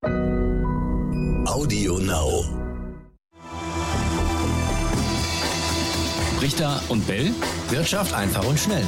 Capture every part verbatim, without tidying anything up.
Audio Now. Richter und Bell. Wirtschaft einfach und schnell.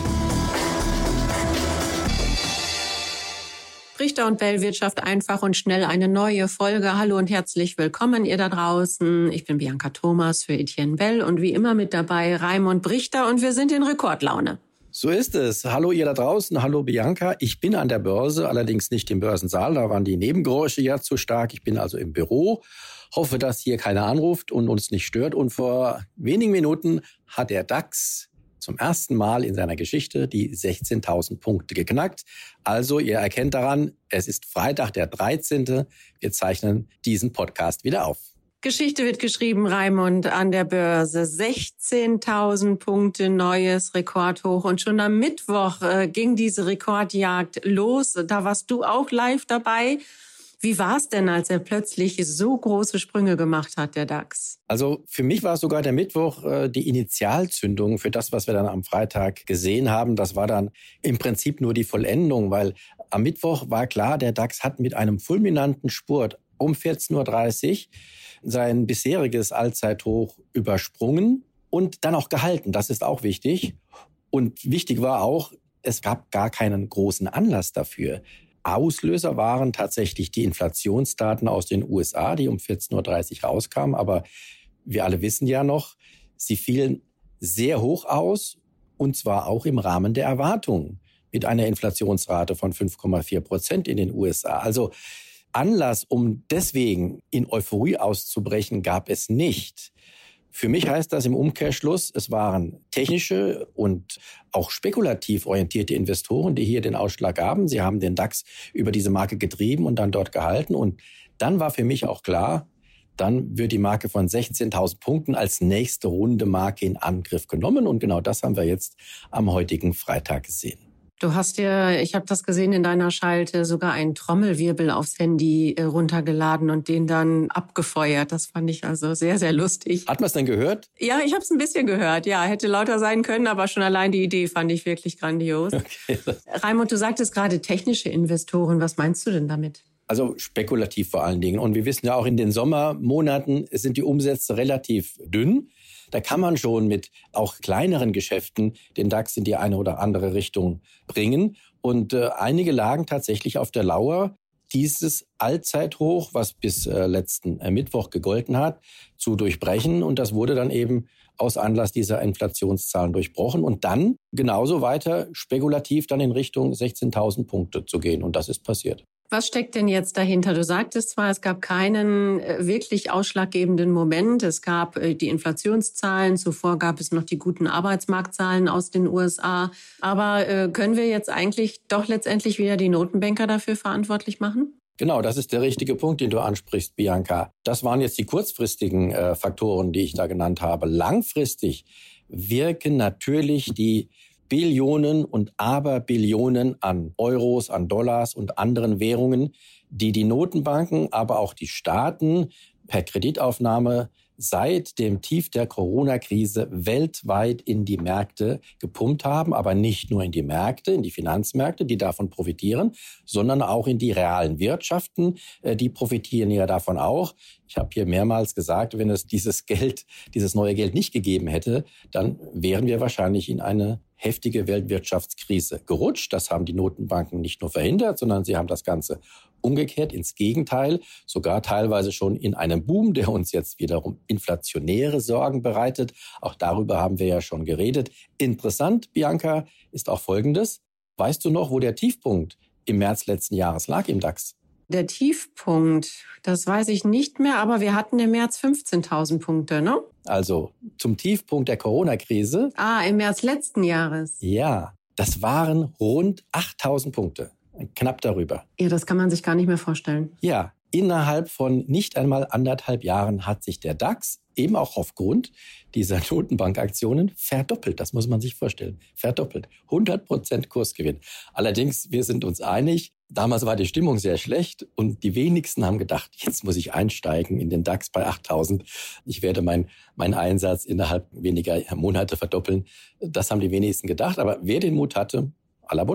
Richter und Bell, Wirtschaft einfach und schnell, eine neue Folge. Hallo und herzlich willkommen, ihr da draußen. Ich bin Bianca Thomas für Etienne Bell und wie immer mit dabei Raimund Brichter und wir sind in Rekordlaune. So ist es. Hallo ihr da draußen, hallo Bianca. Ich bin an der Börse, allerdings nicht im Börsensaal, da waren die Nebengeräusche ja zu stark. Ich bin also im Büro, hoffe, dass hier keiner anruft und uns nicht stört. Und vor wenigen Minuten hat der DAX zum ersten Mal in seiner Geschichte die sechzehntausend Punkte geknackt. Also ihr erkennt daran, es ist Freitag der dreizehnte Wir zeichnen diesen Podcast wieder auf. Geschichte wird geschrieben, Raimund, an der Börse. sechzehntausend Punkte, neues Rekordhoch. Und schon am Mittwoch äh, ging diese Rekordjagd los. Da warst du auch live dabei. Wie war es denn, als er plötzlich so große Sprünge gemacht hat, der DAX? Also für mich war sogar der Mittwoch äh, die Initialzündung für das, was wir dann am Freitag gesehen haben. Das war dann im Prinzip nur die Vollendung, weil am Mittwoch war klar, der DAX hat mit einem fulminanten Spurt um vierzehn Uhr dreißig sein bisheriges Allzeithoch übersprungen und dann auch gehalten. Das ist auch wichtig. Und wichtig war auch, es gab gar keinen großen Anlass dafür. Auslöser waren tatsächlich die Inflationsdaten aus den U S A, die um vierzehn Uhr dreißig rauskamen. Aber wir alle wissen ja noch, sie fielen sehr hoch aus und zwar auch im Rahmen der Erwartungen mit einer Inflationsrate von fünf Komma vier Prozent in den U S A. Also Anlass, um deswegen in Euphorie auszubrechen, gab es nicht. Für mich heißt das im Umkehrschluss, es waren technische und auch spekulativ orientierte Investoren, die hier den Ausschlag gaben. Sie haben den DAX über diese Marke getrieben und dann dort gehalten. Und dann war für mich auch klar, dann wird die Marke von sechzehntausend Punkten als nächste runde Marke in Angriff genommen. Und genau das haben wir jetzt am heutigen Freitag gesehen. Du hast dir, ich habe das gesehen in deiner Schalte, sogar einen Trommelwirbel aufs Handy runtergeladen und den dann abgefeuert. Das fand ich also sehr, sehr lustig. Hat man es denn gehört? Ja, ich habe es ein bisschen gehört. Ja, hätte lauter sein können, aber schon allein die Idee fand ich wirklich grandios. Okay. Raimund, du sagtest gerade technische Investoren. Was meinst du denn damit? Also spekulativ vor allen Dingen. Und wir wissen ja auch, in den Sommermonaten sind die Umsätze relativ dünn. Da kann man schon mit auch kleineren Geschäften den DAX in die eine oder andere Richtung bringen. Und äh, einige lagen tatsächlich auf der Lauer, dieses Allzeithoch, was bis äh, letzten äh, Mittwoch gegolten hat, zu durchbrechen. Und das wurde dann eben aus Anlass dieser Inflationszahlen durchbrochen. Und dann genauso weiter spekulativ dann in Richtung sechzehntausend Punkte zu gehen. Und das ist passiert. Was steckt denn jetzt dahinter? Du sagtest zwar, es gab keinen wirklich ausschlaggebenden Moment. Es gab die Inflationszahlen, zuvor gab es noch die guten Arbeitsmarktzahlen aus den U S A. Aber äh, können wir jetzt eigentlich doch letztendlich wieder die Notenbanker dafür verantwortlich machen? Genau, das ist der richtige Punkt, den du ansprichst, Bianca. Das waren jetzt die kurzfristigen äh, Faktoren, die ich da genannt habe. Langfristig wirken natürlich die Billionen und Aberbillionen an Euros, an Dollars und anderen Währungen, die die Notenbanken, aber auch die Staaten per Kreditaufnahme seit dem Tief der Corona-Krise weltweit in die Märkte gepumpt haben, aber nicht nur in die Märkte, in die Finanzmärkte, die davon profitieren, sondern auch in die realen Wirtschaften, die profitieren ja davon auch. Ich habe hier mehrmals gesagt, wenn es dieses Geld, dieses neue Geld nicht gegeben hätte, dann wären wir wahrscheinlich in eine heftige Weltwirtschaftskrise gerutscht. Das haben die Notenbanken nicht nur verhindert, sondern sie haben das Ganze umgekehrt ins Gegenteil, sogar teilweise schon in einem Boom, der uns jetzt wiederum inflationäre Sorgen bereitet. Auch darüber haben wir ja schon geredet. Interessant, Bianca, ist auch Folgendes. Weißt du noch, wo der Tiefpunkt im März letzten Jahres lag im DAX? Der Tiefpunkt, das weiß ich nicht mehr, aber wir hatten im März fünfzehntausend Punkte, ne? Also zum Tiefpunkt der Corona-Krise. Ah, im März letzten Jahres. Ja, das waren rund achttausend Punkte, knapp darüber. Ja, das kann man sich gar nicht mehr vorstellen. Ja, innerhalb von nicht einmal anderthalb Jahren hat sich der DAX eben auch aufgrund dieser Notenbankaktionen verdoppelt. Das muss man sich vorstellen. Verdoppelt. hundert Prozent Kursgewinn. Allerdings, wir sind uns einig, damals war die Stimmung sehr schlecht und die wenigsten haben gedacht, jetzt muss ich einsteigen in den DAX bei achttausend. Ich werde mein, meinen Einsatz innerhalb weniger Monate verdoppeln. Das haben die wenigsten gedacht. Aber wer den Mut hatte, à la Bonheur.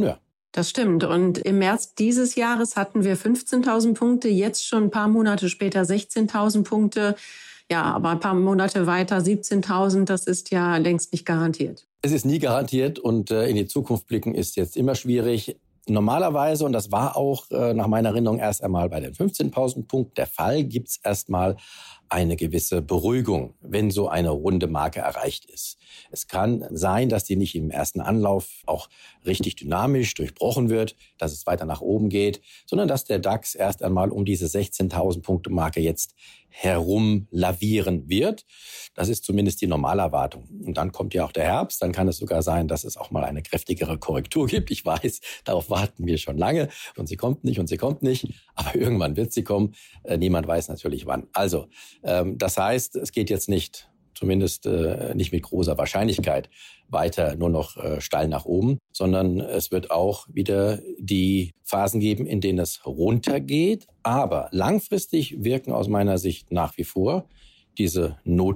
Das stimmt. Und im März dieses Jahres hatten wir fünfzehntausend Punkte, jetzt schon ein paar Monate später sechzehntausend Punkte. Ja, aber ein paar Monate weiter siebzehntausend, das ist ja längst nicht garantiert. Es ist nie garantiert und äh, in die Zukunft blicken ist jetzt immer schwierig. Normalerweise, und das war auch äh, nach meiner Erinnerung erst einmal bei den fünfzehntausend Punkten der Fall, gibt es erstmal eine gewisse Beruhigung, wenn so eine runde Marke erreicht ist. Es kann sein, dass die nicht im ersten Anlauf auch richtig dynamisch durchbrochen wird, dass es weiter nach oben geht, sondern dass der DAX erst einmal um diese sechzehntausend Punkte Marke jetzt herum lavieren wird. Das ist zumindest die Normalerwartung. Und dann kommt ja auch der Herbst, dann kann es sogar sein, dass es auch mal eine kräftigere Korrektur gibt. Ich weiß, darauf warten wir schon lange und sie kommt nicht und sie kommt nicht, aber irgendwann wird sie kommen. Äh, niemand weiß natürlich wann. Also, ähm, das heißt, es geht jetzt nicht, zumindest äh, nicht mit großer Wahrscheinlichkeit, weiter nur noch äh, steil nach oben, sondern es wird auch wieder die Phasen geben, in denen es runtergeht. Aber langfristig wirken aus meiner Sicht nach wie vor diese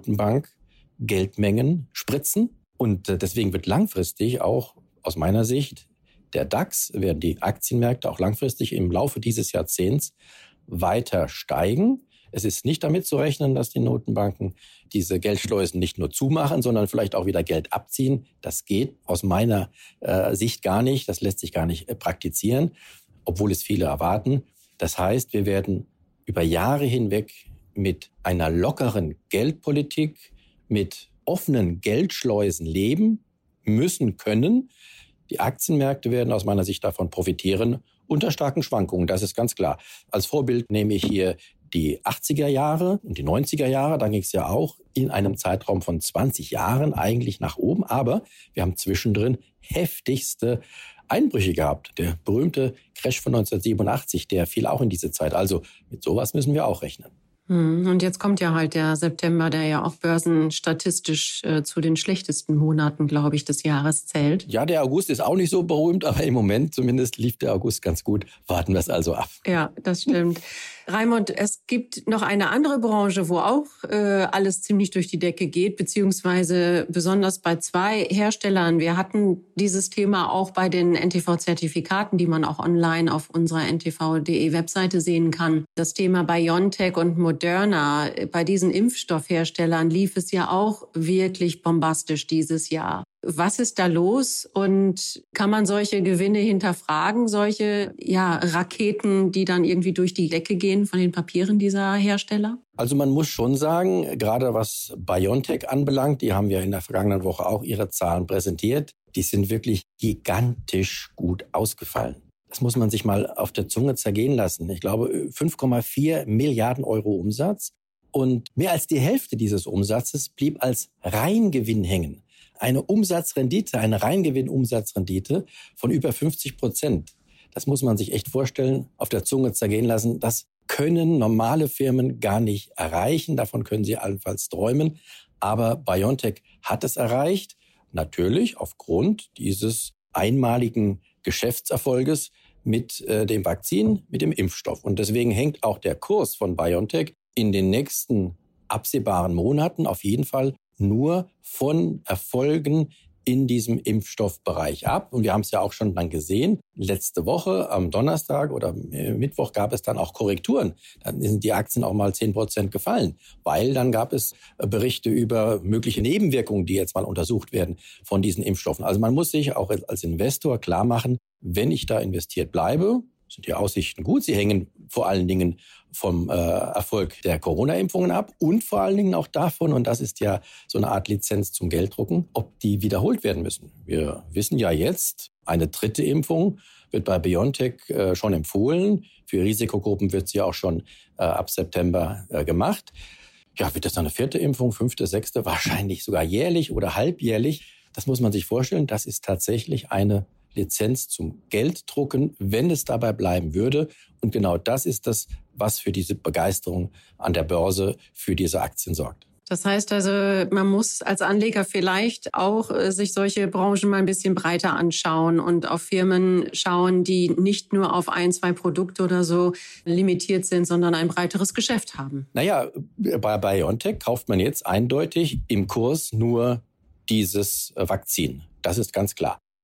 Notenbank-Geldmengen spritzen. Und äh, deswegen wird langfristig auch aus meiner Sicht der DAX, werden die Aktienmärkte auch langfristig im Laufe dieses Jahrzehnts weiter steigen. Es ist nicht damit zu rechnen, dass die Notenbanken diese Geldschleusen nicht nur zumachen, sondern vielleicht auch wieder Geld abziehen. Das geht aus meiner äh, Sicht gar nicht. Das lässt sich gar nicht äh, praktizieren, obwohl es viele erwarten. Das heißt, wir werden über Jahre hinweg mit einer lockeren Geldpolitik, mit offenen Geldschleusen leben müssen können. Die Aktienmärkte werden aus meiner Sicht davon profitieren, unter starken Schwankungen. Das ist ganz klar. Als Vorbild nehme ich hier die achtziger Jahre und die neunziger Jahre. Da ging es ja auch in einem Zeitraum von zwanzig Jahren eigentlich nach oben. Aber wir haben zwischendrin heftigste Einbrüche gehabt. Der berühmte Crash von neunzehnhundertsiebenundachtzig, der fiel auch in diese Zeit. Also mit sowas müssen wir auch rechnen. Und jetzt kommt ja halt der September, der ja auch börsenstatistisch äh, zu den schlechtesten Monaten, glaube ich, des Jahres zählt. Ja, der August ist auch nicht so berühmt, aber im Moment zumindest lief der August ganz gut. Warten wir es also ab. Ja, das stimmt. Raimund, es gibt noch eine andere Branche, wo auch äh, alles ziemlich durch die Decke geht, beziehungsweise besonders bei zwei Herstellern. Wir hatten dieses Thema auch bei den N T V-Zertifikaten, die man auch online auf unserer N T V punkt de-Webseite sehen kann. Das Thema BioNTech und Moderna, bei diesen Impfstoffherstellern lief es ja auch wirklich bombastisch dieses Jahr. Was ist da los und kann man solche Gewinne hinterfragen, solche ja, Raketen, die dann irgendwie durch die Decke gehen von den Papieren dieser Hersteller? Also man muss schon sagen, gerade was BioNTech anbelangt, die haben ja in der vergangenen Woche auch ihre Zahlen präsentiert, die sind wirklich gigantisch gut ausgefallen. Das muss man sich mal auf der Zunge zergehen lassen. Ich glaube, fünf Komma vier Milliarden Euro Umsatz und mehr als die Hälfte dieses Umsatzes blieb als Reingewinn hängen. Eine Umsatzrendite, eine Reingewinn-Umsatzrendite von über fünfzig Prozent. Das muss man sich echt vorstellen, auf der Zunge zergehen lassen. Das können normale Firmen gar nicht erreichen. Davon können sie allenfalls träumen. Aber BioNTech hat es erreicht. Natürlich aufgrund dieses einmaligen Geschäftserfolges mit äh, dem Vakzin, mit dem Impfstoff. Und deswegen hängt auch der Kurs von BioNTech in den nächsten absehbaren Monaten auf jeden Fall nur von Erfolgen in diesem Impfstoffbereich ab. Und wir haben es ja auch schon dann gesehen. Letzte Woche am Donnerstag oder Mittwoch gab es dann auch Korrekturen. Dann sind die Aktien auch mal zehn Prozent gefallen, weil dann gab es Berichte über mögliche Nebenwirkungen, die jetzt mal untersucht werden von diesen Impfstoffen. Also man muss sich auch als Investor klar machen, wenn ich da investiert bleibe, sind die Aussichten gut. Sie hängen vor allen Dingen vom äh, Erfolg der Corona-Impfungen ab und vor allen Dingen auch davon, und das ist ja so eine Art Lizenz zum Gelddrucken, ob die wiederholt werden müssen. Wir wissen ja jetzt, eine dritte Impfung wird bei BioNTech äh, schon empfohlen. Für Risikogruppen wird sie ja auch schon äh, ab September äh, gemacht. Ja, wird das dann eine vierte Impfung, fünfte, sechste, wahrscheinlich sogar jährlich oder halbjährlich? Das muss man sich vorstellen. Das ist tatsächlich eine Lizenz zum Gelddrucken, wenn es dabei bleiben würde. Und genau das ist das, was für diese Begeisterung an der Börse für diese Aktien sorgt. Das heißt also, man muss als Anleger vielleicht auch äh, sich solche Branchen mal ein bisschen breiter anschauen und auf Firmen schauen, die nicht nur auf ein, zwei Produkte oder so limitiert sind, sondern ein breiteres Geschäft haben. Naja, bei BioNTech kauft man jetzt eindeutig im Kurs nur dieses Vakzin. Das ist ganz klar.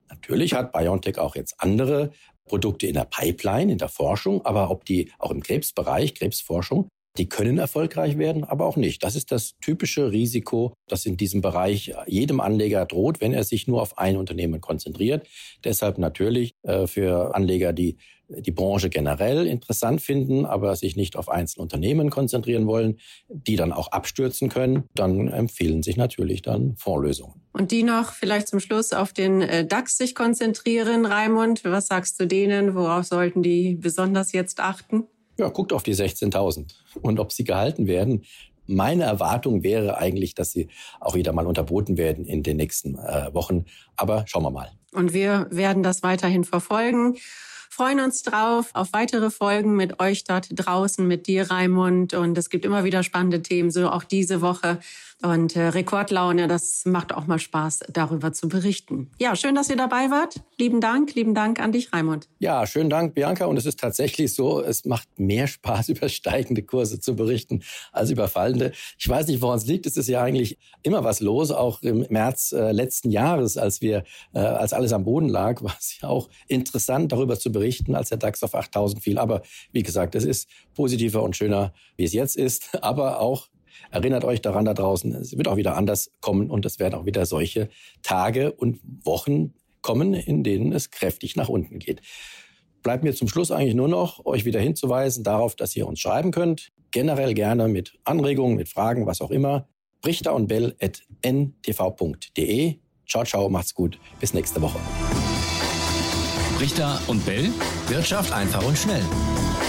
Natürlich hat BioNTech auch jetzt andere Produkte in der Pipeline, in der Forschung, aber ob die auch im Krebsbereich, Krebsforschung, die können erfolgreich werden, aber auch nicht. Das ist das typische Risiko, das in diesem Bereich jedem Anleger droht, wenn er sich nur auf ein Unternehmen konzentriert. Deshalb natürlich äh, für Anleger, die die Branche generell interessant finden, aber sich nicht auf einzelne Unternehmen konzentrieren wollen, die dann auch abstürzen können, dann empfehlen sich natürlich dann Fondslösungen. Und die noch vielleicht zum Schluss auf den DAX sich konzentrieren, Raimund. Was sagst du denen? Worauf sollten die besonders jetzt achten? Ja, guckt auf die sechzehntausend und ob sie gehalten werden. Meine Erwartung wäre eigentlich, dass sie auch wieder mal unterboten werden in den nächsten äh, Wochen. Aber schauen wir mal. Und wir werden das weiterhin verfolgen. Freuen uns drauf auf weitere Folgen mit euch dort draußen, mit dir, Raimund. Und es gibt immer wieder spannende Themen, so auch diese Woche. Und äh, Rekordlaune, das macht auch mal Spaß, darüber zu berichten. Ja, schön, dass ihr dabei wart. Lieben Dank, lieben Dank an dich, Raimund. Ja, schönen Dank, Bianca. Und es ist tatsächlich so, es macht mehr Spaß, über steigende Kurse zu berichten als über fallende. Ich weiß nicht, woran es liegt. Es ist ja eigentlich immer was los. Auch im März äh, letzten Jahres, als wir, äh, als alles am Boden lag, war es ja auch interessant, darüber zu berichten, als der DAX auf achttausend fiel. Aber wie gesagt, es ist positiver und schöner, wie es jetzt ist. Aber auch erinnert euch daran da draußen, es wird auch wieder anders kommen und es werden auch wieder solche Tage und Wochen kommen, in denen es kräftig nach unten geht. Bleibt mir zum Schluss eigentlich nur noch, euch wieder hinzuweisen darauf, dass ihr uns schreiben könnt. Generell gerne mit Anregungen, mit Fragen, was auch immer. brichter und bell at n t v punkt d e. Ciao, ciao, macht's gut. Bis nächste Woche. Brichter und Bell. Wirtschaft einfach und schnell.